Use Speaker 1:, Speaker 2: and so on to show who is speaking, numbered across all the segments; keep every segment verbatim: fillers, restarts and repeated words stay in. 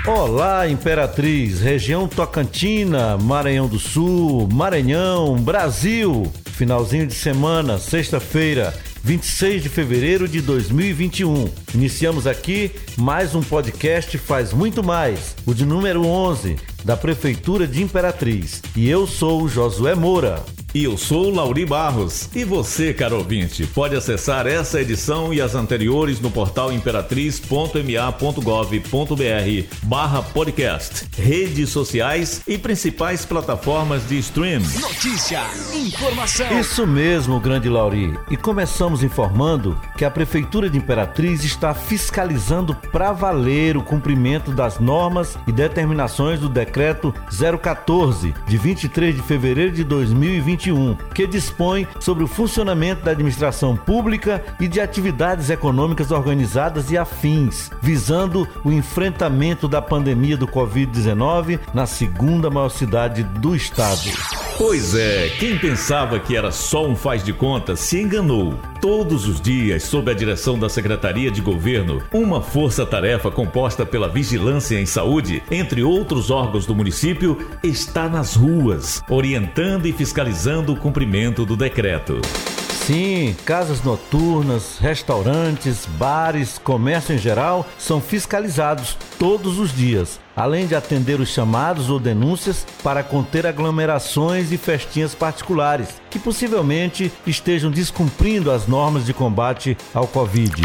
Speaker 1: Olá, Imperatriz, região Tocantina, Maranhão do Sul, Maranhão, Brasil. Finalzinho de semana, sexta-feira, vinte e seis de fevereiro de dois mil e vinte e um. Iniciamos aqui mais um podcast Faz Muito Mais, o de número onze, da Prefeitura de Imperatriz. E eu sou o Josué Moura.
Speaker 2: E eu sou o Lauri Barros. E você, caro ouvinte, pode acessar essa edição e as anteriores no portal imperatriz ponto m a ponto gov ponto b r barra podcast, redes sociais e principais plataformas de stream.
Speaker 3: Notícia, informação.
Speaker 1: Isso mesmo, grande Lauri. E começamos informando que a Prefeitura de Imperatriz está fiscalizando para valer o cumprimento das normas e determinações do Decreto zero quatorze, de vinte e três de fevereiro de dois mil e vinte e um, que dispõe sobre o funcionamento da administração pública e de atividades econômicas organizadas e afins, visando o enfrentamento da pandemia do covid dezenove na segunda maior cidade do estado.
Speaker 2: Pois é, quem pensava que era só um faz de conta se enganou. Todos os dias, sob a direção da Secretaria de Governo, uma força-tarefa composta pela Vigilância em Saúde, entre outros órgãos do município, está nas ruas, orientando e fiscalizando o cumprimento do decreto.
Speaker 1: Sim, casas noturnas, restaurantes, bares, comércio em geral são fiscalizados todos os dias, além de atender os chamados ou denúncias para conter aglomerações e festinhas particulares que possivelmente estejam descumprindo as normas de combate ao Covid.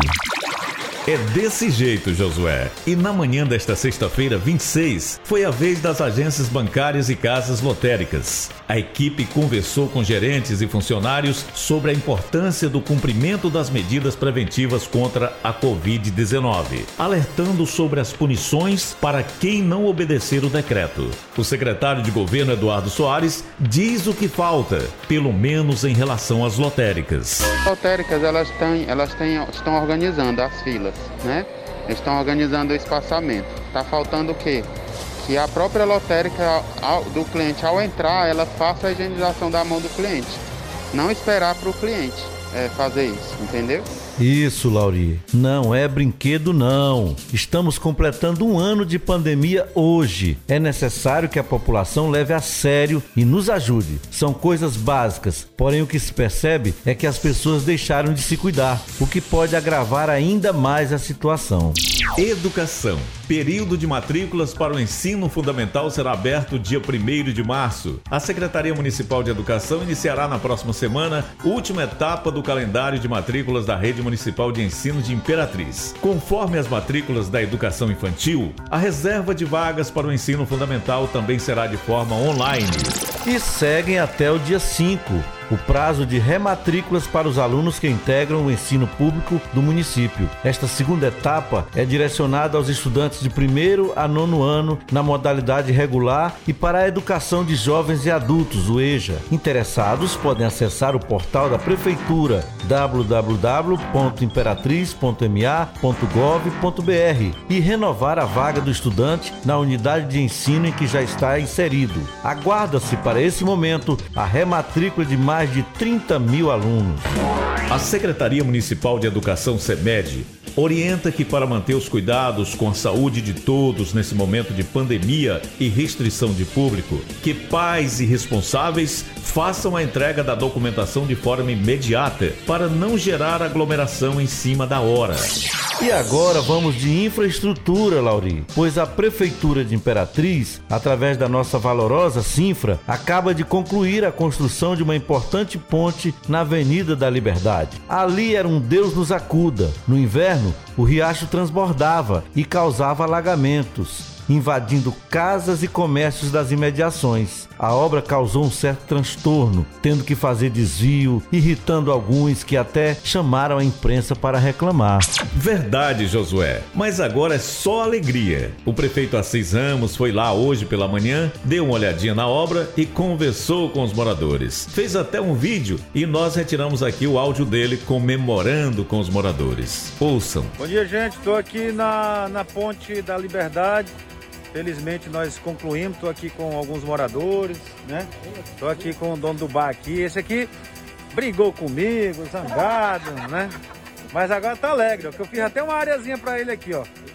Speaker 2: É desse jeito, Josué. E na manhã desta sexta-feira, vinte e seis, foi a vez das agências bancárias e casas lotéricas. A equipe conversou com gerentes e funcionários sobre a importância do cumprimento das medidas preventivas contra a covid dezenove, alertando sobre as punições para quem não obedecer o decreto. O secretário de Governo, Eduardo Soares, diz o que falta, pelo menos em relação às lotéricas.
Speaker 4: As lotéricas, elas, têm, elas têm, estão organizando as filas. Né? Eles estão organizando o espaçamento. Está faltando o quê? Que a própria lotérica ao, do cliente, ao entrar, ela faça a higienização da mão do cliente. Não esperar para o cliente é, fazer isso, entendeu?
Speaker 1: Isso, Lauri. Não é brinquedo, não. Estamos completando um ano de pandemia hoje. É necessário que a população leve a sério e nos ajude. São coisas básicas, porém o que se percebe é que as pessoas deixaram de se cuidar, o que pode agravar ainda mais a situação.
Speaker 2: Educação. Período de matrículas para o ensino fundamental será aberto dia primeiro de março. A Secretaria Municipal de Educação iniciará na próxima semana a última etapa do calendário de matrículas da Rede Municipal de Ensino de Imperatriz. Conforme as matrículas da educação infantil, a reserva de vagas para o ensino fundamental também será de forma online.
Speaker 1: E seguem até o dia cinco. O prazo de rematrículas para os alunos que integram o ensino público do município. Esta segunda etapa é direcionada aos estudantes de primeiro a nono ano na modalidade regular e para a educação de jovens e adultos, o EJA. Interessados podem acessar o portal da Prefeitura w w w ponto imperatriz ponto m a ponto gov ponto b r e renovar a vaga do estudante na unidade de ensino em que já está inserido. Aguarda-se para esse momento a rematrícula de mais mais de trinta mil alunos.
Speaker 2: A Secretaria Municipal de Educação, SEMED, orienta que para manter os cuidados com a saúde de todos nesse momento de pandemia e restrição de público, que pais e responsáveis façam a entrega da documentação de forma imediata para não gerar aglomeração em cima da hora.
Speaker 1: E agora vamos de infraestrutura, Lauri, pois a Prefeitura de Imperatriz, através da nossa valorosa Sinfra, acaba de concluir a construção de uma importante ponte na Avenida da Liberdade. Ali era um Deus nos acuda. No inverno, o riacho transbordava e causava alagamentos, invadindo casas e comércios das imediações. A obra causou um certo transtorno, tendo que fazer desvio, irritando alguns que até chamaram a imprensa para reclamar.
Speaker 2: Verdade, Josué, mas agora é só alegria. O prefeito Assis Ramos foi lá hoje pela manhã, deu uma olhadinha na obra e conversou com os moradores. Fez até um vídeo e nós retiramos aqui o áudio dele comemorando com os moradores. Ouçam.
Speaker 5: Bom dia, gente. Estou aqui na, na Ponte da Liberdade. Felizmente nós concluímos, estou aqui com alguns moradores, né? Estou aqui com o dono do bar aqui. Esse aqui brigou comigo, zangado, né? Mas agora tá alegre, ó, que eu fiz até uma areazinha para ele aqui, ó.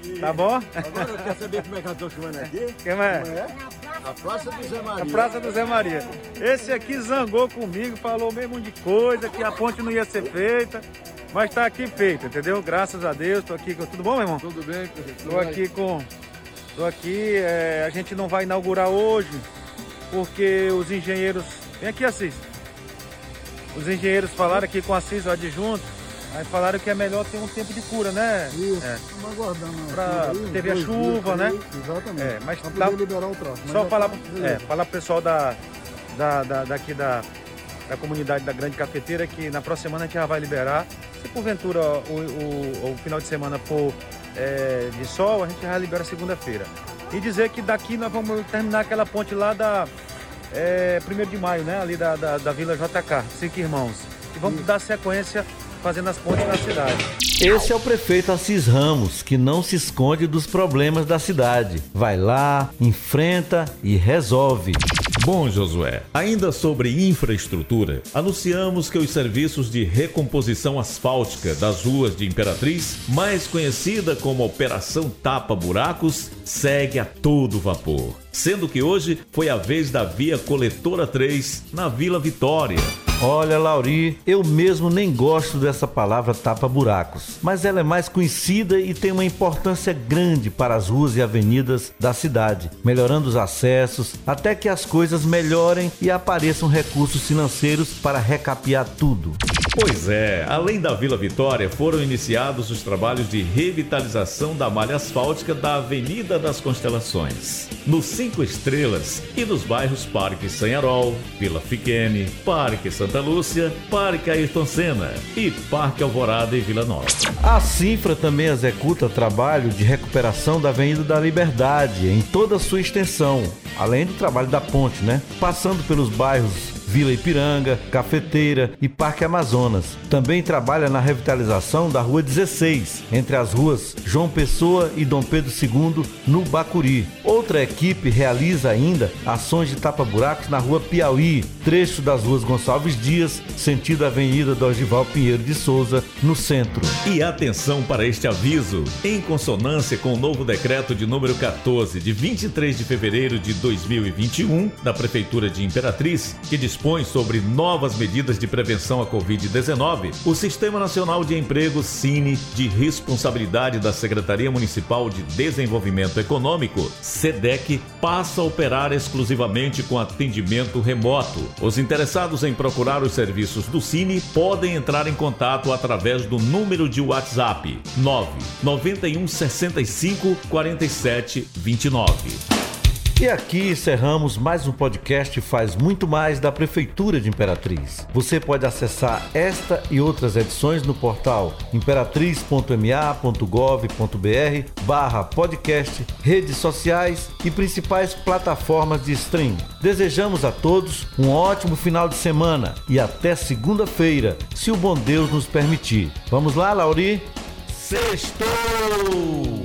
Speaker 5: Tá bom?
Speaker 6: Agora eu quero saber como é que eu estou chamando aqui.
Speaker 5: Quem é?
Speaker 6: Como é? A Praça do Zé Maria.
Speaker 5: A Praça do Zé Maria. Esse aqui zangou comigo, falou o mesmo de coisa, que a ponte não ia ser feita. Mas tá aqui feito, entendeu? Graças a Deus, tô aqui com... Tudo bom, meu irmão?
Speaker 6: Tudo bem, professor.
Speaker 5: Tô aqui com... Tô aqui, é... a gente não vai inaugurar hoje, porque os engenheiros... Vem aqui, Assis. Os engenheiros falaram aqui com o Assis, o adjunto, aí falaram que é melhor ter um tempo de cura, né?
Speaker 6: Isso,
Speaker 5: é.
Speaker 6: estamos aguardando.
Speaker 5: Pra... Teve a chuva, né?
Speaker 6: Exatamente.
Speaker 5: É, mas
Speaker 6: pra
Speaker 5: tá...
Speaker 6: poder liberar o tráfego.
Speaker 5: Só falar,
Speaker 6: tá...
Speaker 5: é, falar pro pessoal da, da, da, daqui da, da comunidade da Grande Cafeteira que na próxima semana a gente já vai liberar. Se porventura o, o, o final de semana for é, de sol, a gente já libera segunda-feira. E dizer que daqui nós vamos terminar aquela ponte lá da é, primeiro de maio, né? Ali da, da, da Vila J K, Cinco Irmãos. E vamos Sim. dar sequência fazendo as pontes na cidade.
Speaker 1: Esse é o prefeito Assis Ramos, que não se esconde dos problemas da cidade. Vai lá, enfrenta e resolve.
Speaker 2: Bom, Josué, ainda sobre infraestrutura, anunciamos que os serviços de recomposição asfáltica das ruas de Imperatriz, mais conhecida como Operação Tapa Buracos, segue a todo vapor. Sendo que hoje foi a vez da Via Coletora três, na Vila Vitória.
Speaker 1: Olha, Lauri, eu mesmo nem gosto dessa palavra tapa-buracos, mas ela é mais conhecida e tem uma importância grande para as ruas e avenidas da cidade, melhorando os acessos, até que as coisas melhorem e apareçam recursos financeiros para recapear tudo.
Speaker 2: Pois é, além da Vila Vitória, foram iniciados os trabalhos de revitalização da malha asfáltica da Avenida das Constelações, nos Cinco Estrelas e nos bairros Parque Sanharol, Vila Fiquene, Parque Santa Lúcia, Parque Ayrton Senna e Parque Alvorada e Vila Nova.
Speaker 1: A Cinfra também executa trabalho de recuperação da Avenida da Liberdade em toda a sua extensão, além do trabalho da ponte, né? Passando pelos bairros Vila Ipiranga, Cafeteira e Parque Amazonas. Também trabalha na revitalização da Rua dezesseis, entre as ruas João Pessoa e Dom Pedro segundo, no Bacuri. Outra equipe realiza ainda ações de tapa-buracos na Rua Piauí, trecho das ruas Gonçalves Dias, sentido Avenida Dorival Pinheiro de Souza, no centro.
Speaker 2: E atenção para este aviso, em consonância com o novo decreto de número quatorze, de vinte e três de fevereiro de dois mil e vinte e um, da Prefeitura de Imperatriz, que dispõe sobre novas medidas de prevenção à covid dezenove, o Sistema Nacional de Emprego Cine, de responsabilidade da Secretaria Municipal de Desenvolvimento Econômico, SEDEC, passa a operar exclusivamente com atendimento remoto. Os interessados em procurar os serviços do Cine podem entrar em contato através do número de WhatsApp nove nove um seis cinco quatro sete dois nove.
Speaker 1: E aqui encerramos mais um podcast Faz Muito Mais da Prefeitura de Imperatriz. Você pode acessar esta e outras edições no portal imperatriz ponto m a ponto gov ponto b r barra podcast, redes sociais e principais plataformas de stream. Desejamos a todos um ótimo final de semana e até segunda-feira, se o bom Deus nos permitir. Vamos lá, Lauri? Sextou!